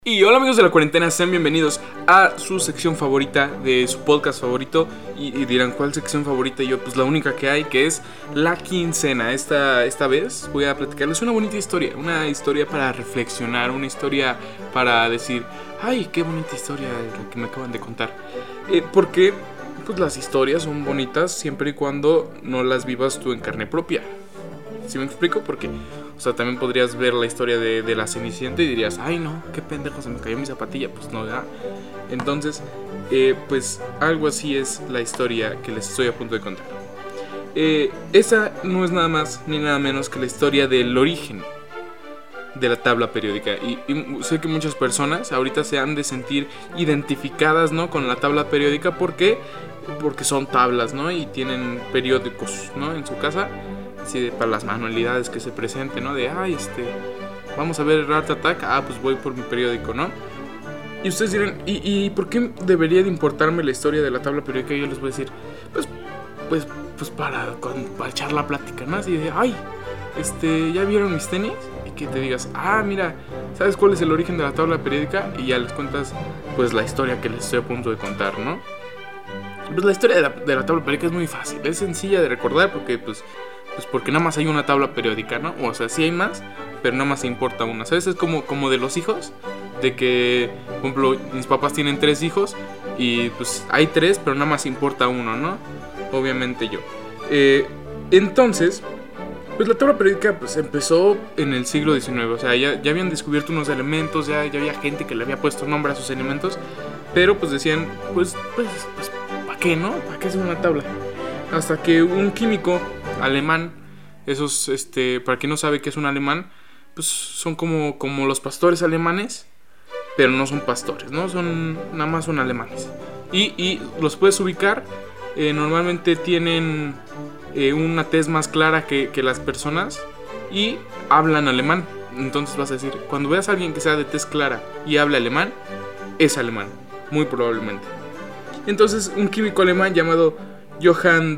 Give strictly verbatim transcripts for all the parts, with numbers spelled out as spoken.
Y hola amigos de la cuarentena, sean bienvenidos a su sección favorita de su podcast favorito. Y, y dirán, ¿cuál sección favorita? Y yo, pues la única que hay, que es la quincena. Esta, esta vez voy a platicarles una bonita historia, una historia para reflexionar, una historia para decir, ay, qué bonita historia la que me acaban de contar. eh, Porque pues las historias son bonitas siempre y cuando no las vivas tú en carne propia. ¿Sí me explico? Porque, o sea, también podrías ver la historia de, de la Cenicienta y dirías, ay no, qué pendejo, se me cayó mi zapatilla. Pues no, ¿verdad? Entonces, eh, pues algo así es la historia que les estoy a punto de contar. eh, Esa no es nada más ni nada menos que la historia del origen de la tabla periódica. Y, y sé que muchas personas ahorita se han de sentir identificadas, ¿no?, con la tabla periódica. ¿Por qué? Porque son tablas, ¿no? Y tienen periódicos, ¿no?, en su casa. Así de, para las manualidades que se presenten, ¿no? De, ay, este, vamos a ver Art Attack. Ah, pues voy por mi periódico, ¿no? Y ustedes dirán, ¿y, y por qué debería de importarme la historia de la tabla periódica? Y yo les voy a decir, pues, pues, pues para, para echar la plática, ¿no? Así de, ay, este, ¿ya vieron mis tenis? Y que te digas, ah, mira, ¿sabes cuál es el origen de la tabla periódica? Y ya les cuentas, pues, la historia que les estoy a punto de contar, ¿no? Pues la historia de la, de la tabla periódica es muy fácil, es sencilla de recordar porque, pues, Pues porque nada más hay una tabla periódica, ¿no? O sea, sí hay más, pero nada más importa una. ¿Sabes? Es como, como de los hijos. De que, por ejemplo, mis papás tienen tres hijos. Y pues hay tres, pero nada más importa uno, ¿no? Obviamente yo. Eh, entonces, pues la tabla periódica pues empezó en el siglo diecinueve. O sea, ya, ya habían descubierto unos elementos. Ya, ya había gente que le había puesto nombre a sus elementos. Pero pues decían, pues, pues, pues ¿para qué, no? ¿Para qué hacer una tabla? Hasta que un químico alemán, esos, este, para quien no sabe qué es un alemán, pues son como, como los pastores alemanes, pero no son pastores, ¿no? Son, nada más son alemanes. Y, y los puedes ubicar, eh, normalmente tienen eh, una tez más clara que, que las personas y hablan alemán. Entonces vas a decir, cuando veas a alguien que sea de tez clara y habla alemán, es alemán, muy probablemente. Entonces un químico alemán llamado Johann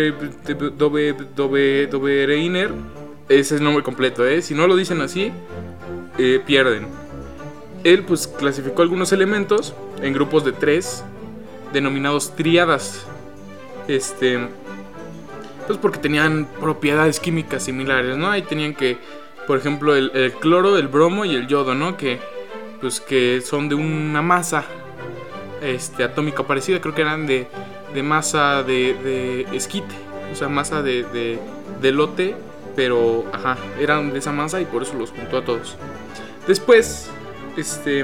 Dobereiner, ese es el nombre completo, ¿eh? Si no lo dicen así, eh, pierden. Él pues clasificó algunos elementos en grupos de tres, denominados tríadas. Este, pues porque tenían propiedades químicas similares, ¿no? Ahí tenían que, por ejemplo, el, el cloro, el bromo y el yodo, ¿no? Que, pues que son de una masa este, atómica parecida, creo que eran de... de masa de, de esquite, o sea, masa de, de, de lote, pero, ajá, eran de esa masa y por eso los juntó a todos. Después, este,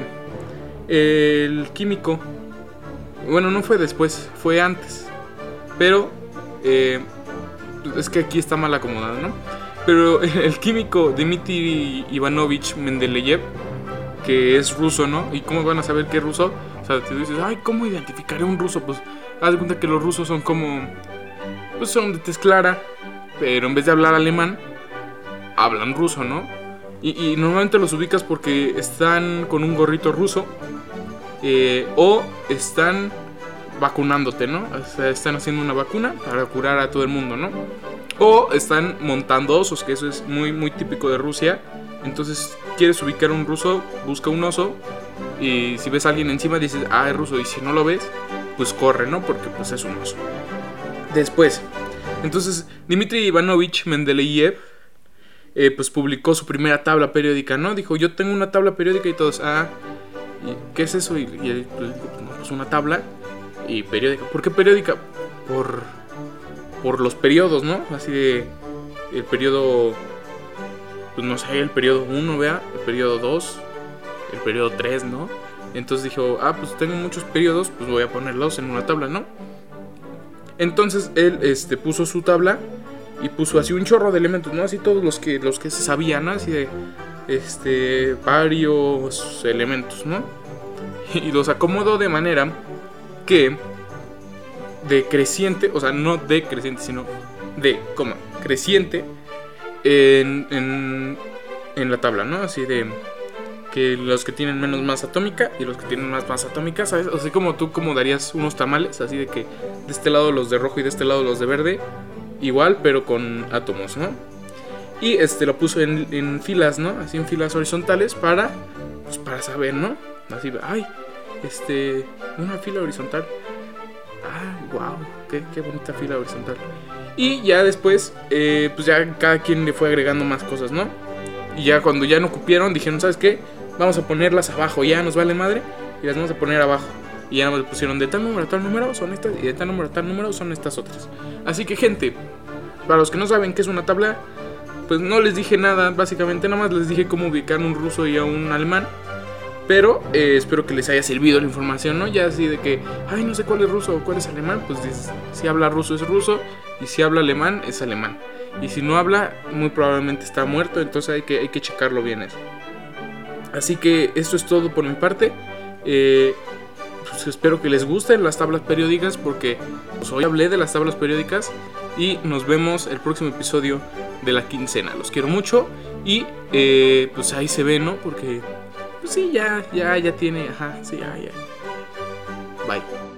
el químico, bueno, no fue después, fue antes, pero, eh, es que aquí está mal acomodado, ¿no? Pero el químico Dmitry Ivanovich Mendeleev, que es ruso, ¿no? ¿Y cómo van a saber que es ruso? O sea, te dices, ay, ¿cómo identificaré a un ruso? Pues haz de cuenta que los rusos son como, pues son de tez clara, pero en vez de hablar alemán, hablan ruso, ¿no? Y, y normalmente los ubicas porque están con un gorrito ruso, eh, o están vacunándote, ¿no? O sea, están haciendo una vacuna para curar a todo el mundo, ¿no? O están montando osos, que eso es muy, muy típico de Rusia. Entonces, quieres ubicar a un ruso, busca un oso, y si ves a alguien encima dices, ah, es ruso, y si no lo ves, pues corre, ¿no? Porque pues es un oso. Después, entonces Dmitry Ivanovich Mendeleev eh, pues publicó su primera tabla periódica, ¿no? Dijo, yo tengo una tabla periódica y todos, ah, ¿qué es eso? Y, y él pues, dijo, no, pues una tabla y periódica. ¿Por qué periódica? Por, por los periodos, ¿no? Así de, el periodo, pues no sé, el periodo uno, vea, el periodo dos, el periodo tres, ¿no? Entonces dijo, ah, pues tengo muchos periodos, pues voy a ponerlos en una tabla, ¿no? Entonces él este, puso su tabla y puso así un chorro de elementos, ¿no? Así todos los que, los que se sabían, ¿no? Así de, este, varios elementos, ¿no? Y los acomodó de manera que decreciente, o sea, no decreciente, sino de, coma, creciente en, en, en la tabla, ¿no? Así de... que los que tienen menos masa atómica y los que tienen más masa atómica, ¿sabes? Así como tú como darías unos tamales, así de que de este lado los de rojo y de este lado los de verde, igual, pero con átomos, ¿no? Y este lo puso en, en filas, ¿no? Así en filas horizontales para pues para saber, ¿no? Así, ay, este, una fila horizontal. Ah, wow, qué, qué bonita fila horizontal. Y ya después, eh, pues ya cada quien le fue agregando más cosas, ¿no? Y ya cuando ya no cupieron, dijeron, ¿sabes qué? Vamos a ponerlas abajo, ya nos vale madre, y las vamos a poner abajo. Y ya nos pusieron de tal número a tal número son estas, y de tal número a tal número son estas otras. Así que, gente, para los que no saben qué es una tabla, pues no les dije nada, básicamente nada más les dije cómo ubicar a un ruso y a un alemán. Pero eh, espero que les haya servido la información, ¿no? Ya así de que, ay, no sé cuál es ruso o cuál es alemán. Pues dices, si habla ruso es ruso, y si habla alemán es alemán. Y si no habla, muy probablemente está muerto, entonces hay que, hay que checarlo bien eso. Así que esto es todo por mi parte. Eh, pues espero que les gusten las tablas periódicas, porque pues, hoy hablé de las tablas periódicas. Y nos vemos el próximo episodio de la quincena. Los quiero mucho y eh, pues ahí se ve, ¿no? Porque... pues sí, ya, ya, ya tiene, ajá, sí, ya, ya. Bye.